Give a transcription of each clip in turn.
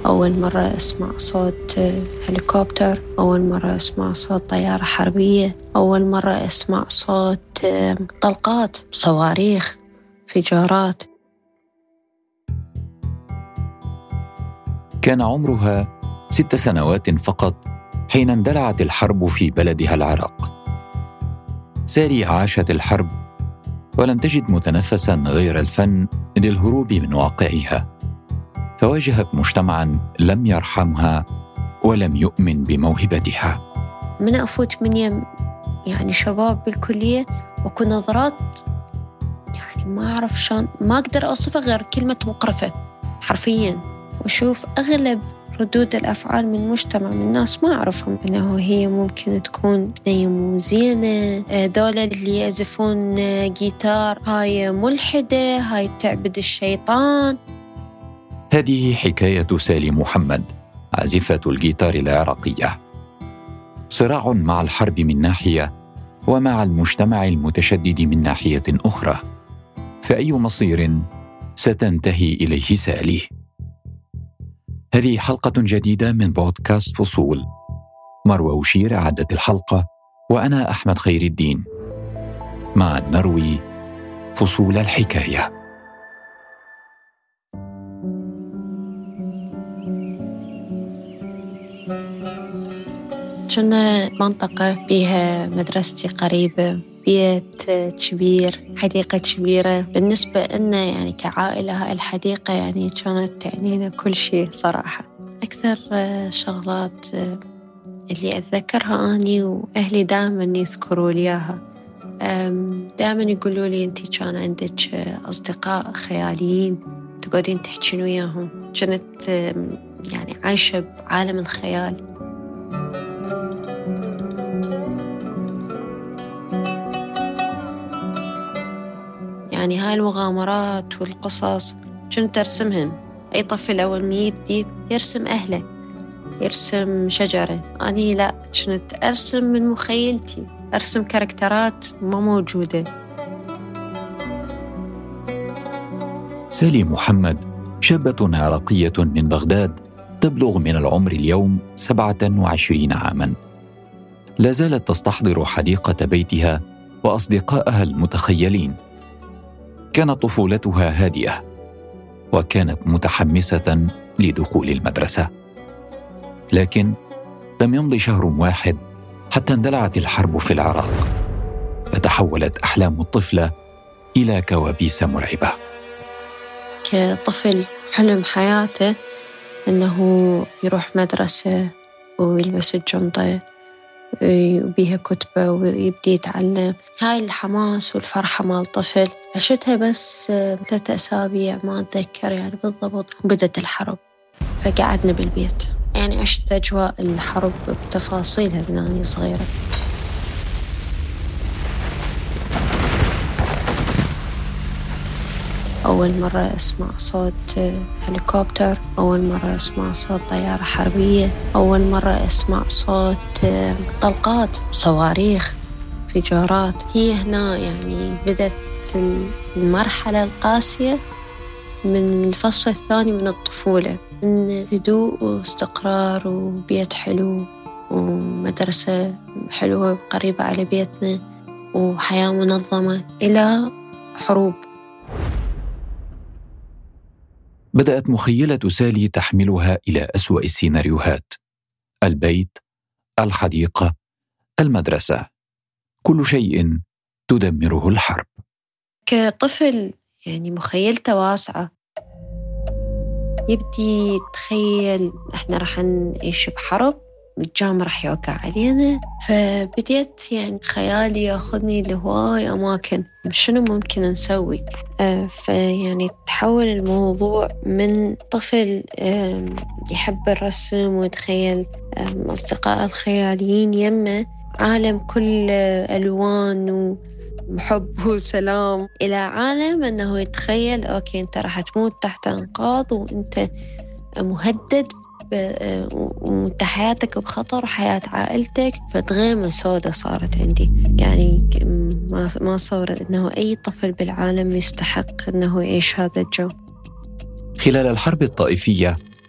أول مرة أسمع صوت هليكوبتر، أول مرة أسمع صوت طيارة حربية، أول مرة أسمع صوت طلقات، صواريخ، انفجارات. كان عمرها 6 سنوات فقط حين اندلعت الحرب في بلدها العراق. سالي عاشت الحرب ولم تجد متنفساً غير الفن للهروب من واقعها، فواجهت مجتمعاً لم يرحمها ولم يؤمن بموهبتها. من أفوت من يعني شباب بالكلية وكل نظرات، يعني ما أعرف شلون، ما أقدر أوصفها غير كلمة مقرفة حرفياً. وأشوف أغلب ردود الأفعال من مجتمع من الناس ما أعرفهم، أنه هي ممكن تكون بنية مو زينة، دولة اللي يعزفون جيتار هاي ملحدة، هاي تعبد الشيطان. هذه حكاية سالي محمد، عازفة الجيتار العراقية. صراع مع الحرب من ناحية ومع المجتمع المتشدد من ناحية أخرى، فأي مصير ستنتهي إليه سالي؟ هذه حلقة جديدة من بودكاست فصول. مروى وشير أعدت الحلقة، وأنا أحمد خير الدين. معا نروي فصول الحكاية. كنا منطقة بها مدرستي قريبة، بيت كبير، حديقة كبيرة. بالنسبة لنا يعني كعائلة هاي الحديقة يعني كانت تعنينا كل شيء صراحة. أكثر شغلات اللي أتذكرها أني وأهلي دائما يذكروا لي إياها، دائما يقولوا لي أنتي كان عندك أصدقاء خياليين تقعدين تحكين وياهم. كنت يعني عايشة بعالم الخيال. يعني هاي المغامرات والقصص كنت أرسمهم. أي طفل أول ما يبدي يرسم أهله، يرسم شجرة. أنا لا، كنت أرسم من مخيلتي، أرسم كاركترات ما موجودة. سالي محمد شابة عراقية من بغداد، تبلغ من العمر اليوم 27 عاماً. لا زالت تستحضر حديقة بيتها وأصدقائها المتخيلين. كانت طفولتها هادئة، وكانت متحمسة لدخول المدرسة. لكن لم يمض شهر واحد حتى اندلعت الحرب في العراق، فتحولت أحلام الطفلة إلى كوابيس مرعبة. كطفل حلم حياته أنه يروح مدرسة ويلبس الجنطة وبيها كتبة ويبدي يتعلم. هاي الحماس والفرحة مال الطفل عشتها بس 3 أسابيع ما أتذكر يعني بالضبط، وبدت الحرب فقعدنا بالبيت. يعني عشت أجواء الحرب بتفاصيلها من أنا صغيرة. أول مرة أسمع صوت هليكوبتر، أول مرة أسمع صوت طيارة حربية، أول مرة أسمع صوت طلقات، صواريخ، انفجارات. هي هنا يعني بدت المرحلة القاسية من الفصل الثاني من الطفولة، من هدوء واستقرار وبيت حلو ومدرسة حلوة قريبة على بيتنا وحياة منظمة، إلى حروب. بدأت مخيلة سالي تحملها إلى أسوأ السيناريوهات: البيت، الحديقة، المدرسة، كل شيء تدمره الحرب. كطفل يعني مخيلته واسعة، يبدي يتخيل إحنا رح نعيش بحرب، الجام رح يوقع علينا. فبديت يعني خيالي ياخذني لهواي أماكن شنو ممكن نسوي. فيعني تحول الموضوع من طفل يحب الرسم ويتخيل أصدقاء الخياليين يمه، عالم كل ألوان وحب وسلام، إلى عالم أنه يتخيل أوكي أنت راح تموت تحت أنقاض وأنت مهدد وأنت حياتك بخطر وحياة عائلتك. فتغيمة سودة صارت عندي. يعني ما صورت أنه أي طفل بالعالم يستحق أنه يعيش هذا الجو. خلال الحرب الطائفية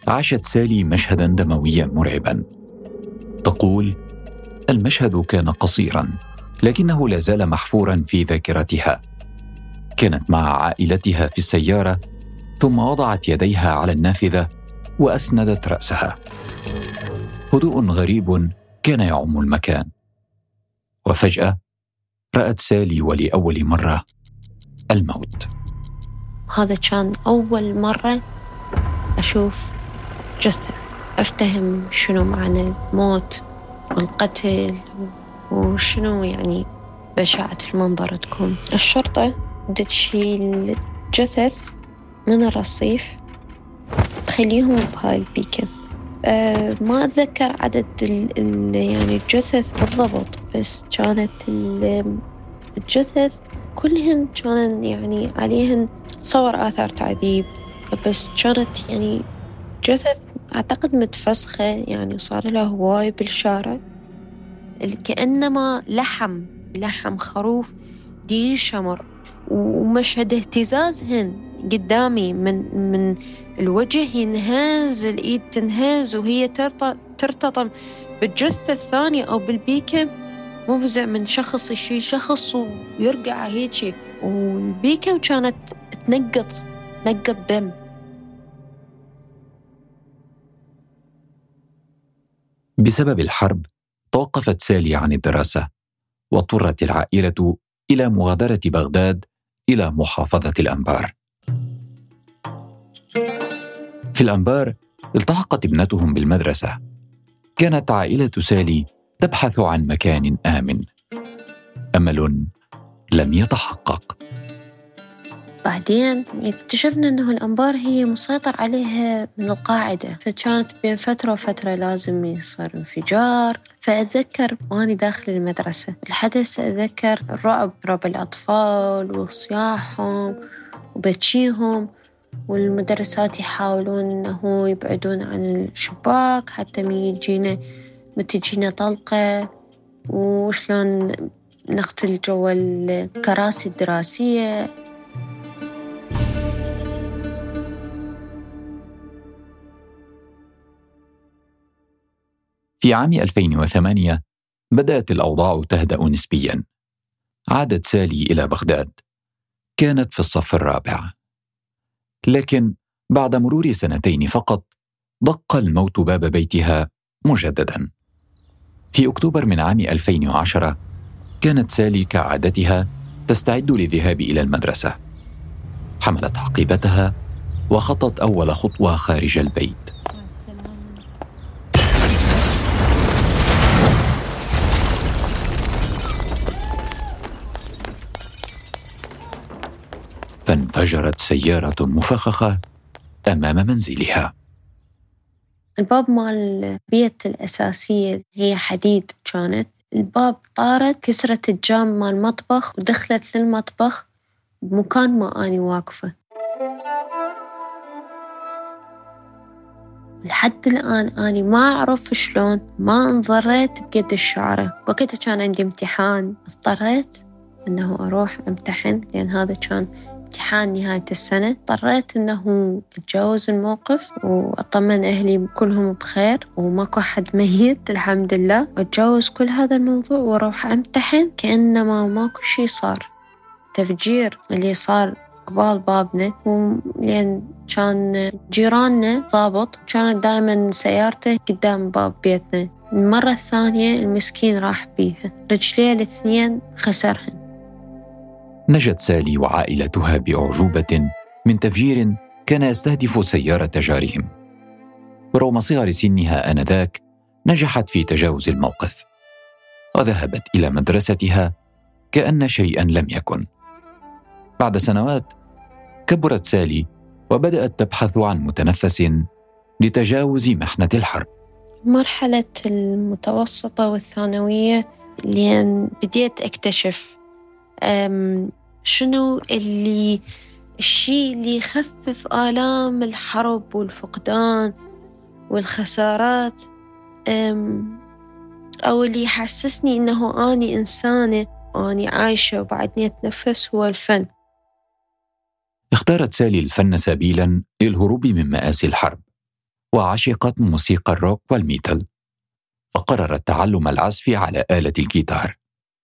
عاشت سالي مشهداً دموياً مرعباً. تقول: المشهد كان قصيراً لكنه لا زال محفوراً في ذاكرتها. كانت مع عائلتها في السيارة، ثم وضعت يديها على النافذة وأسندت رأسها. هدوء غريب كان يعم المكان، وفجأة رأت سالي ولأول مرة الموت. هذا كان أول مرة أشوف جثة، أفتهم شنو معنى الموت والقتل وشنو يعني بشاعة المنظر تكون. الشرطة بدها تشيل الجثث من الرصيف تخليهم بهاي البيكة. ما أتذكر عدد يعني الجثث بالضبط، بس كانت الجثث كلهن كانن يعني عليهن صور آثار تعذيب، بس كانت يعني جثث أعتقد متفسخة، يعني صار لها هواي بالشارع، كأنما لحم خروف دي شمر. ومشهد اهتزازهن قدامي، من الوجه ينهز، الإيد تنهز وهي ترتطم بالجثة الثانية أو بالبيكة، مفزع من شخص يشيل شخص ويرقع هيك، والبيكة كانت تنقط دم. بسبب الحرب توقفت سالي عن الدراسة، واضطرت العائلة إلى مغادرة بغداد إلى محافظة الأنبار. في الأنبار التحقت ابنتهم بالمدرسة. كانت عائلة سالي تبحث عن مكان آمن. أمل لم يتحقق. بعدين اكتشفنا أنه الأنبار هي مسيطر عليها من القاعدة، فكانت بين فترة وفترة لازم يصير انفجار. فأتذكر وأنا داخل المدرسة الحدث، أتذكر رعب الأطفال وصياحهم وبكيهم، والمدرسات يحاولون أنه يبعدون عن الشباك حتى ما تجينا طلقة، وشلون نقتل جوا الكراسي الدراسية. في عام 2008 بدأت الأوضاع تهدأ نسبياً. عادت سالي إلى بغداد. كانت في الصف الرابع، لكن بعد مرور سنتين فقط دق الموت باب بيتها مجدداً. في أكتوبر من عام 2010 كانت سالي كعادتها تستعد للذهاب إلى المدرسة. حملت حقيبتها وخطت أول خطوة خارج البيت. فانفجرت سيارة مفخخة أمام منزلها. الباب مال البيت الأساسية هي حديد، كانت الباب طارت، كسرت الجام مال المطبخ ودخلت للمطبخ بمكان ما أنا واقفة. لحد الآن أنا ما أعرف شلون ما انضريت بقد الشعرة. وقتها كان عندي امتحان، اضطريت أنه أروح أمتحن، لأن هذا كان امتحان نهاية السنة. اضطريت أنه أتجاوز الموقف وأطمن أهلي كلهم بخير وماكو أحد ميت الحمد لله، وأتجاوز كل هذا الموضوع وأروح أمتحن كأنما ماكو شي صار. تفجير اللي صار قبال بابنا، لأن كان جيراننا ضابط، كانت دائما سيارته قدام باب بيتنا. المرة الثانية المسكين راح بيها، رجليه الاثنين خسرهن. نجت سالي وعائلتها بأعجوبة من تفجير كان يستهدف سيارة جارهم. ورغم صغر سنها آنذاك نجحت في تجاوز الموقف، وذهبت إلى مدرستها كأن شيئا لم يكن. بعد سنوات كبرت سالي وبدأت تبحث عن متنفس لتجاوز محنة الحرب. مرحلة المتوسطة والثانوية لأن بديت أكتشف شنو الشيء اللي يخفف آلام الحرب والفقدان والخسارات، أو اللي يحسسني إنه أني إنسانة وأني عايشة وبعدني أتنفس، هو الفن. اختارت سالي الفن سبيلاً للهروب من مآسي الحرب. وعشقت موسيقى الروك والميتال، فقررت تعلم العزف على آلة الجيتار.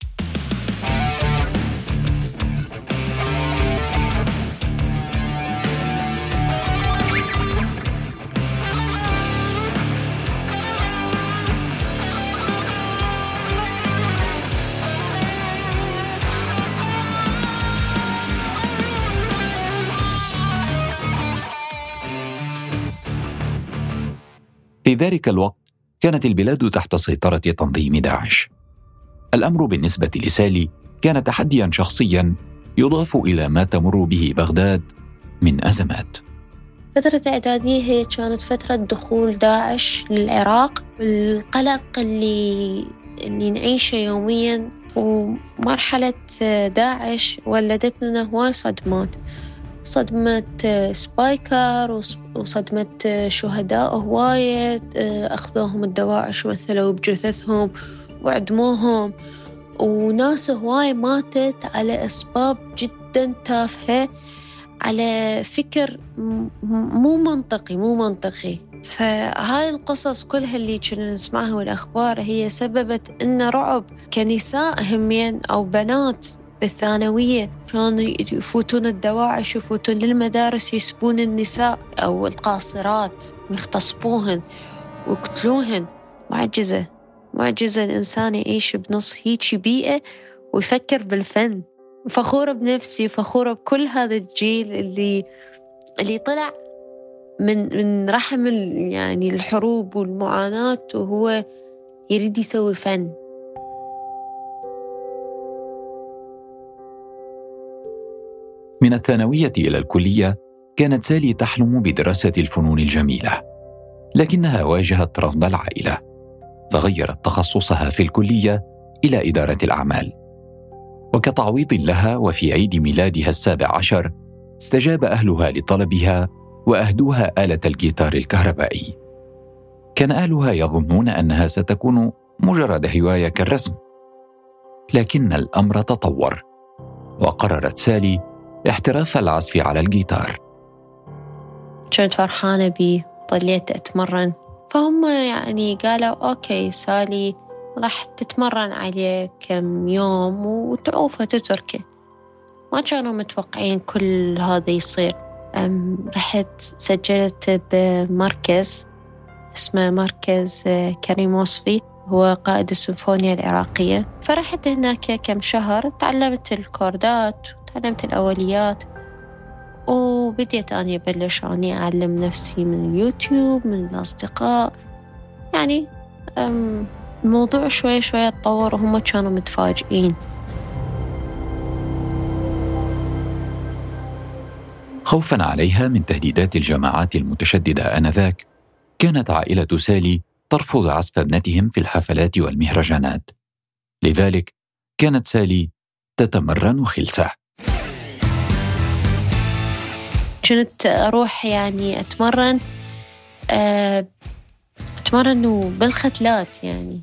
في ذلك الوقت كانت البلاد تحت سيطرة تنظيم داعش. الأمر بالنسبة لسالي كان تحدياً شخصياً يضاف إلى ما تمر به بغداد من أزمات. فترة إعدادية هي كانت فترة دخول داعش للعراق، والقلق اللي نعيشه يومياً، ومرحلة داعش ولدت لنا هواي صدمات، صدمة سبايكر وصدمة شهداء هواية أخذوهم الدواعش ومثلوا بجثثهم وعدموهم، وناس هواي ماتت على أسباب جدا تافهة، على فكر مو منطقي. فهاي القصص كلها اللي كنا نسمعها والأخبار هي سببت إن رعب كنساء همين أو بنات بالثانوية كانوا يفوتون الدواعش، يفوتون للمدارس، يسبون النساء أو القاصرات ويغتصبوهن ويقتلوهن. معجزة الإنسان يعيش بنص هيك بيئة ويفكر بالفن. فخورة بنفسي، فخورة بكل هذا الجيل اللي طلع من رحم يعني الحروب والمعاناة وهو يريد يسوي فن. من الثانوية إلى الكلية كانت سالي تحلم بدراسة الفنون الجميلة، لكنها واجهت رفض العائلة، فغيرت تخصصها في الكلية إلى إدارة الأعمال. وكتعويض لها وفي عيد ميلادها 17 استجاب أهلها لطلبها وأهدوها آلة الجيتار الكهربائي. كان أهلها يظنون أنها ستكون مجرد هواية كالرسم، لكن الأمر تطور، وقررت سالي احتراف العزف على الجيتار. كنت فرحانة بيه، ظليت أتمرن، فهم يعني قالوا أوكي سالي راح تتمرن عليه كم يوم وتعوفه تتركه. ما كانوا متوقعين كل هذا يصير. رحت سجلت بمركز اسمه مركز كريم وصفي، هو قائد السيمفونية العراقية. فرحت هناك كم شهر، تعلمت الكوردات وتعلمت الأوليات، وبديت أني أبلش أني أعلم نفسي من اليوتيوب، من الأصدقاء. يعني الموضوع شوي تطور وهم كانوا متفاجئين. خوفاً عليها من تهديدات الجماعات المتشددة آنذاك، كانت عائلة سالي ترفض عزف ابنتهم في الحفلات والمهرجانات. لذلك كانت سالي تتمرن خلسة. كنت أروح يعني أتمرن بالختلات، يعني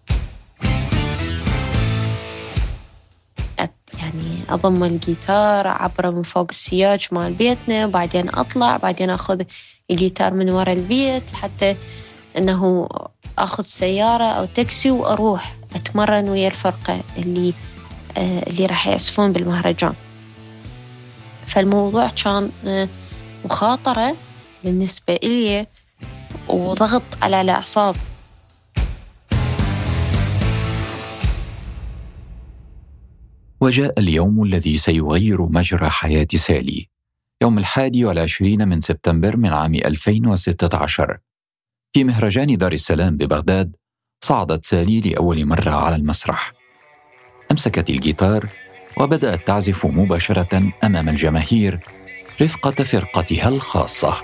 أضم الجيتار عبره من فوق السياج مال بيتنا، وبعدين أطلع، بعدين أخذ الجيتار من وراء البيت، حتى أنه أخذ سيارة أو تاكسي وأروح أتمرن ويا الفرقة اللي راح يعزفون بالمهرجان. فالموضوع كان مخاطرة بالنسبة إلي وضغط على الأعصاب. وجاء اليوم الذي سيغير مجرى حياة سالي، يوم 21 من سبتمبر من عام 2016. في مهرجان دار السلام ببغداد صعدت سالي لأول مرة على المسرح. أمسكت الجيتار وبدأت تعزف مباشرة أمام الجماهير رفقة فرقتها الخاصة.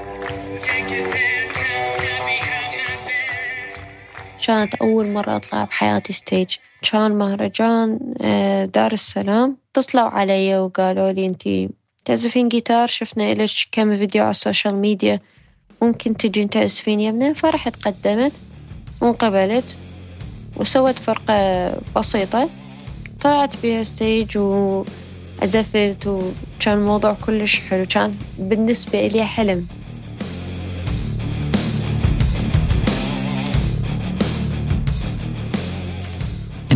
كانت أول مرة أطلع بحياتي ستيج، كان مهرجان دار السلام. اتصلوا علي وقالوا لي أنتي تعزفين جيتار، شفنا إلك كم فيديو على السوشيال ميديا، ممكن تجين تعزفين يمنا. فرحت قدمت وانقبلت وسوت فرقة بسيطة، طلعت بها ستيج وعزفت، وكان الموضوع كلش حلو، كان بالنسبة إلي حلم.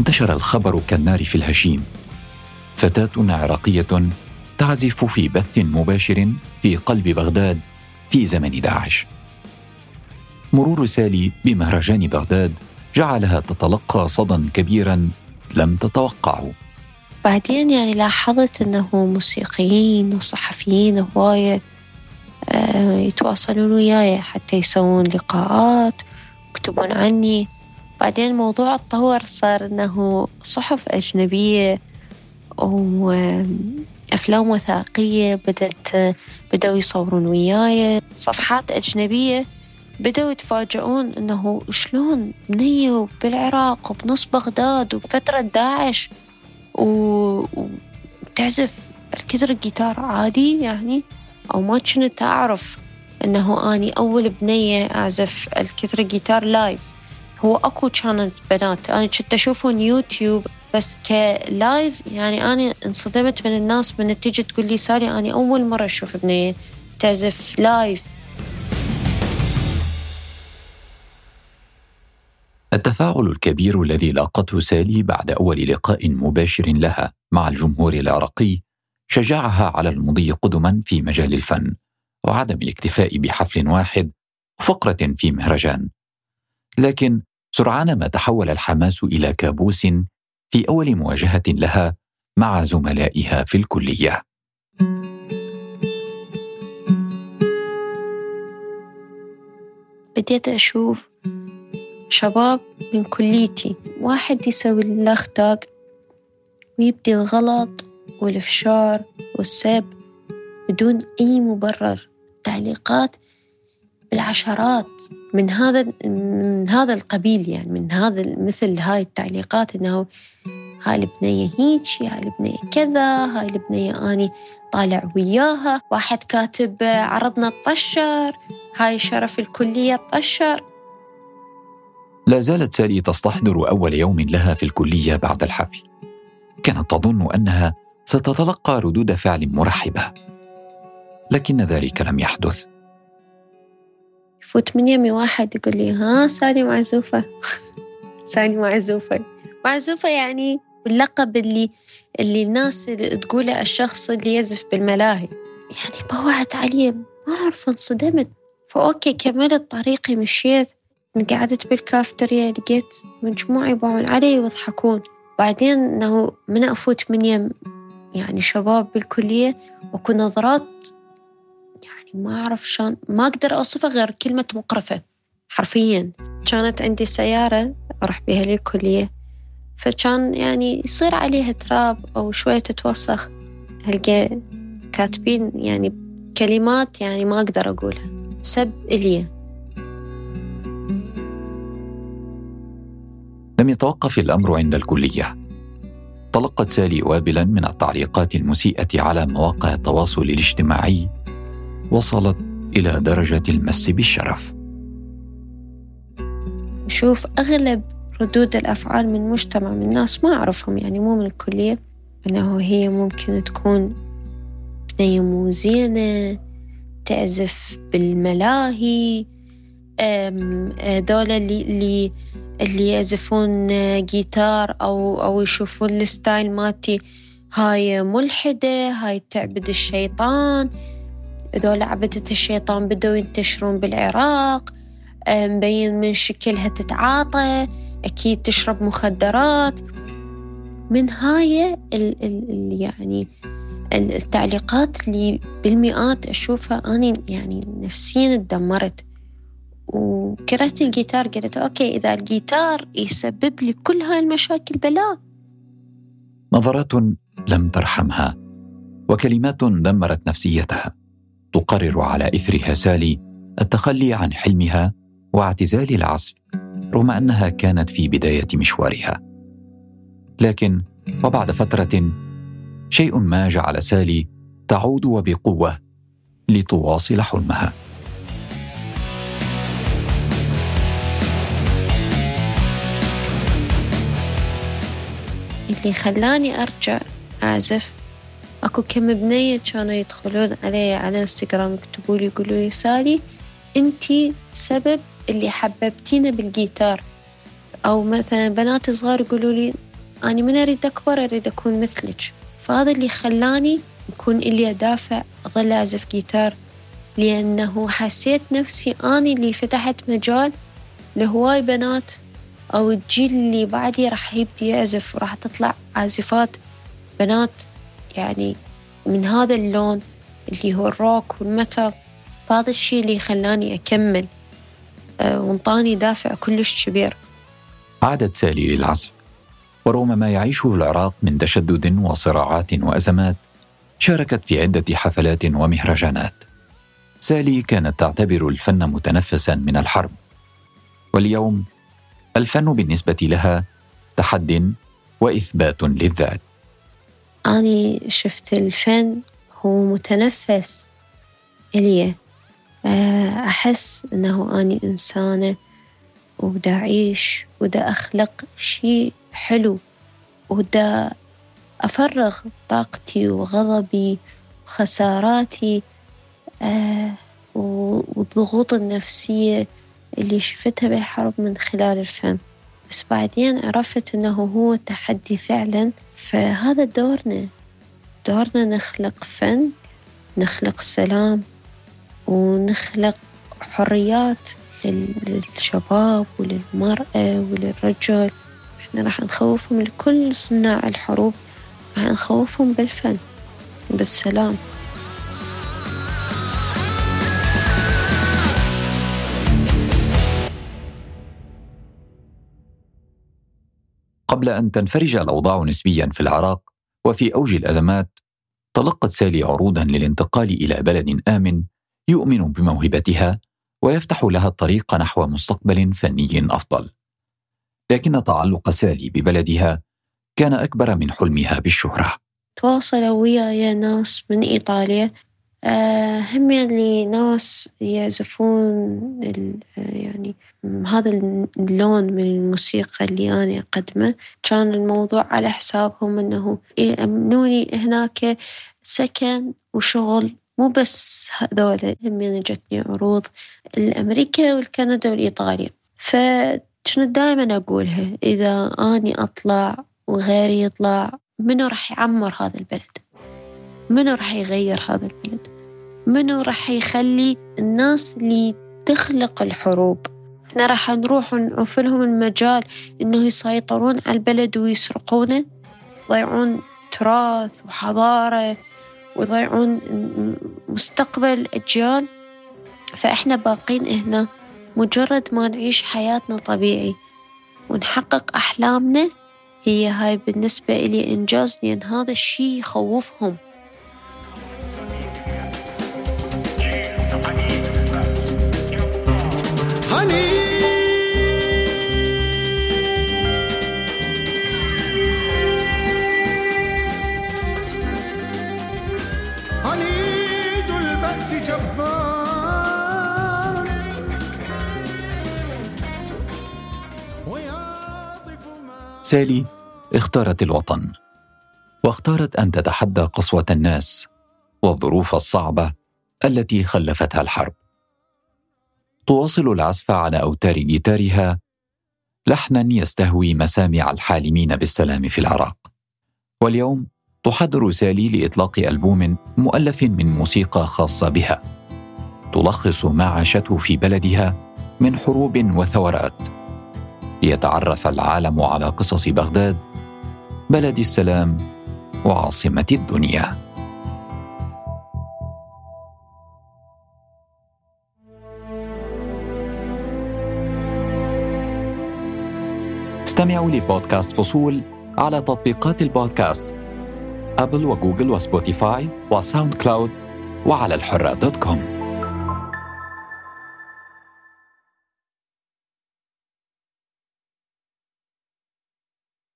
انتشر الخبر كالنار في الهشيم. فتاة عراقية تعزف في بث مباشر في قلب بغداد في زمن داعش. مرور سالي بمهرجان بغداد جعلها تتلقى صدى كبيرا لم تتوقعه. بعدين يعني لاحظت أنه موسيقيين وصحفيين هواية يتواصلون وياي حتى يسوون لقاءات يكتبون عني. بعدين الموضوع اتطور، صار أنه صحف أجنبية وأفلام وثائقية بدأوا يصورون وياي. صفحات أجنبية بدأوا يتفاجئون أنه شلون بنية بالعراق وبنص بغداد وفترة داعش وتعزف الكثر الجيتار عادي يعني. أو ما كنت أعرف أنه أني أول بنية أعزف الكثر الجيتار لايف. هو أكو كانت بنات أنا كنت أشوفهم يوتيوب بس كلايف، يعني أنا انصدمت من الناس من تيجي تقول لي سالي أنا أول مرة أشوف بنية تعزف لايف. التفاعل الكبير الذي لاقته سالي بعد أول لقاء مباشر لها مع الجمهور العراقي شجعها على المضي قدما في مجال الفن وعدم الاكتفاء بحفل واحد وفقرة في مهرجان. لكن سرعان ما تحول الحماس إلى كابوس في أول مواجهة لها مع زملائها في الكلية. بديت أشوف شباب من كليتي واحد يسوي الأخطاء ويبدي الغلط والإفشار والسب بدون أي مبرر، تعليقات بالعشرات من هذا القبيل، يعني من هذا مثل هاي التعليقات إنه هاي البنية هيك، هاي البنية كذا، هاي البنية أني طالع وياها. واحد كاتب عرضنا الطشر، هاي شرف الكلية الطشر. لا زالت سالي تستحضر أول يوم لها في الكلية بعد الحفل. كانت تظن أنها ستتلقى ردود فعل مرحبة، لكن ذلك لم يحدث. يفوت من يمي واحد يقول لي ها سالي معزوفة. سالي معزوفة يعني باللقب اللي الناس تقوله الشخص اللي يزف بالملاهي. يعني بوعت عليه، ما أعرف، انصدمت. فأوكي كملت طريقي، مشيت، قعدت بالكافتريا، لقيت مجموعة يباعون علي ويضحكون. بعدين أنه من أفوت من يم يعني شباب بالكلية وكو نظرات، يعني ما أعرف شان، ما أقدر أوصفها غير كلمة مقرفة حرفياً. كانت عندي سيارة أروح بها للكلية، فكان يعني يصير عليها تراب أو شوية تتوسخ، هلقى كاتبين يعني كلمات يعني ما أقدر أقولها، سب إلي. لم يتوقف الأمر عند الكلية. تلقت سالي وابلاً من التعليقات المسيئة على مواقع التواصل الاجتماعي وصلت إلى درجة المس بالشرف. شوف أغلب ردود الأفعال من مجتمع من الناس ما أعرفهم، يعني مو من الكلية، أنه هي ممكن تكون بنية مو زينة، تعزف بالملاهي، دولة اللي يعزفون جيتار أو يشوفون الستايل مالتي هاي ملحدة، هاي تعبد الشيطان، ذولا عبدة الشيطان بدوا ينتشرون بالعراق، مبين من شكلها تتعاطى، أكيد تشرب مخدرات. من هاي يعني التعليقات اللي بالمئات أشوفها أنا يعني نفسيا اتدمرت وكرهت الجيتار. قلت أوكي إذا الجيتار يسبب لي كل هاي المشاكل بلا. نظرات لم ترحمها وكلمات دمرت نفسيتها. تقرر على إثرها سالي التخلي عن حلمها واعتزال العزف رغم أنها كانت في بداية مشوارها. لكن وبعد فترة شيء ما جعل سالي تعود وبقوة لتواصل حلمها. اللي خلاني أرجع أعزف أكو كم بنية كانوا يدخلون علي على انستغرام يكتبوا لي يقولوا لي سالي أنتي سبب اللي حببتينا بالجيتار. أو مثلا بنات صغار يقولوا لي أنا من أريد أكبر أريد أكون مثلك. فهذا اللي خلاني يكون إلي دافع أظل أعزف جيتار، لأنه حسيت نفسي أنا اللي فتحت مجال لهواي بنات أو الجيل اللي بعدي راح يبدي يعزف وراح تطلع عازفات بنات يعني من هذا اللون اللي هو الروك والميتال. فهذا الشيء اللي خلاني أكمل وانطاني دافع كلش كبير. عادت سالي للعزف، ورغم ما يعيشه العراق من تشدد وصراعات وأزمات شاركت في عدة حفلات ومهرجانات. سالي كانت تعتبر الفن متنفساً من الحرب، واليوم الفن بالنسبة لها تحد وإثبات للذات. أنا شفت الفن هو متنفس إلي، أحس أنه أنا إنسانة ودا أعيش ودا أخلق شيء حلو ودا أفرغ طاقتي وغضبي وخساراتي والضغوط النفسية اللي شفتها بالحرب من خلال الفن. بس بعدين عرفت أنه هو تحدي فعلا. فهذا دورنا نخلق فن، نخلق سلام، ونخلق حريات للشباب وللمرأة وللرجل. احنا راح نخوفهم لكل صناع الحروب، راح نخوفهم بالفن بالسلام. قبل أن تنفرج الأوضاع نسبياً في العراق وفي أوج الأزمات، تلقت سالي عروضاً للانتقال إلى بلد آمن يؤمن بموهبتها ويفتح لها الطريق نحو مستقبل فني أفضل. لكن تعلق سالي ببلدها كان أكبر من حلمها بالشهرة. تواصلوا وياي ناس من إيطاليا، هم اللي ناس يعزفون يعني هذا اللون من الموسيقى اللي أنا أقدمه. كان الموضوع على حسابهم أنه يأمنوني هناك سكن وشغل. مو بس هذول، هم جتني عروض الأمريكا والكندا والإيطاليا. فكنت دائما أقولها إذا أني أطلع وغيري يطلع، منو راح يعمر هذا البلد؟ منو راح يغير هذا البلد؟ منو راح يخلي الناس اللي تخلق الحروب؟ احنا راح نروح ونقفلهم المجال انه يسيطرون على البلد ويسرقونه، يضيعون تراث وحضارة ويضيعون مستقبل أجيال. فاحنا باقين هنا مجرد ما نعيش حياتنا طبيعي ونحقق أحلامنا، هي هاي بالنسبة إلي إنجاز، لأن هذا الشيء يخوفهم. عنيد البأس جبار سالي اختارت الوطن، واختارت أن تتحدى قسوة الناس والظروف الصعبة التي خلفتها الحرب. تواصل العزف على أوتار جيتارها، لحناً يستهوي مسامع الحالمين بالسلام في العراق. واليوم تحضر سالي لإطلاق ألبوم مؤلف من موسيقى خاصة بها، تلخص ما عاشته في بلدها من حروب وثورات، ليتعرف العالم على قصص بغداد، بلد السلام وعاصمة الدنيا. استمعوا لبودكاست فصول على تطبيقات البودكاست أبل وجوجل وسبوتيفاي وساوند كلاود وعلى الحرة.com.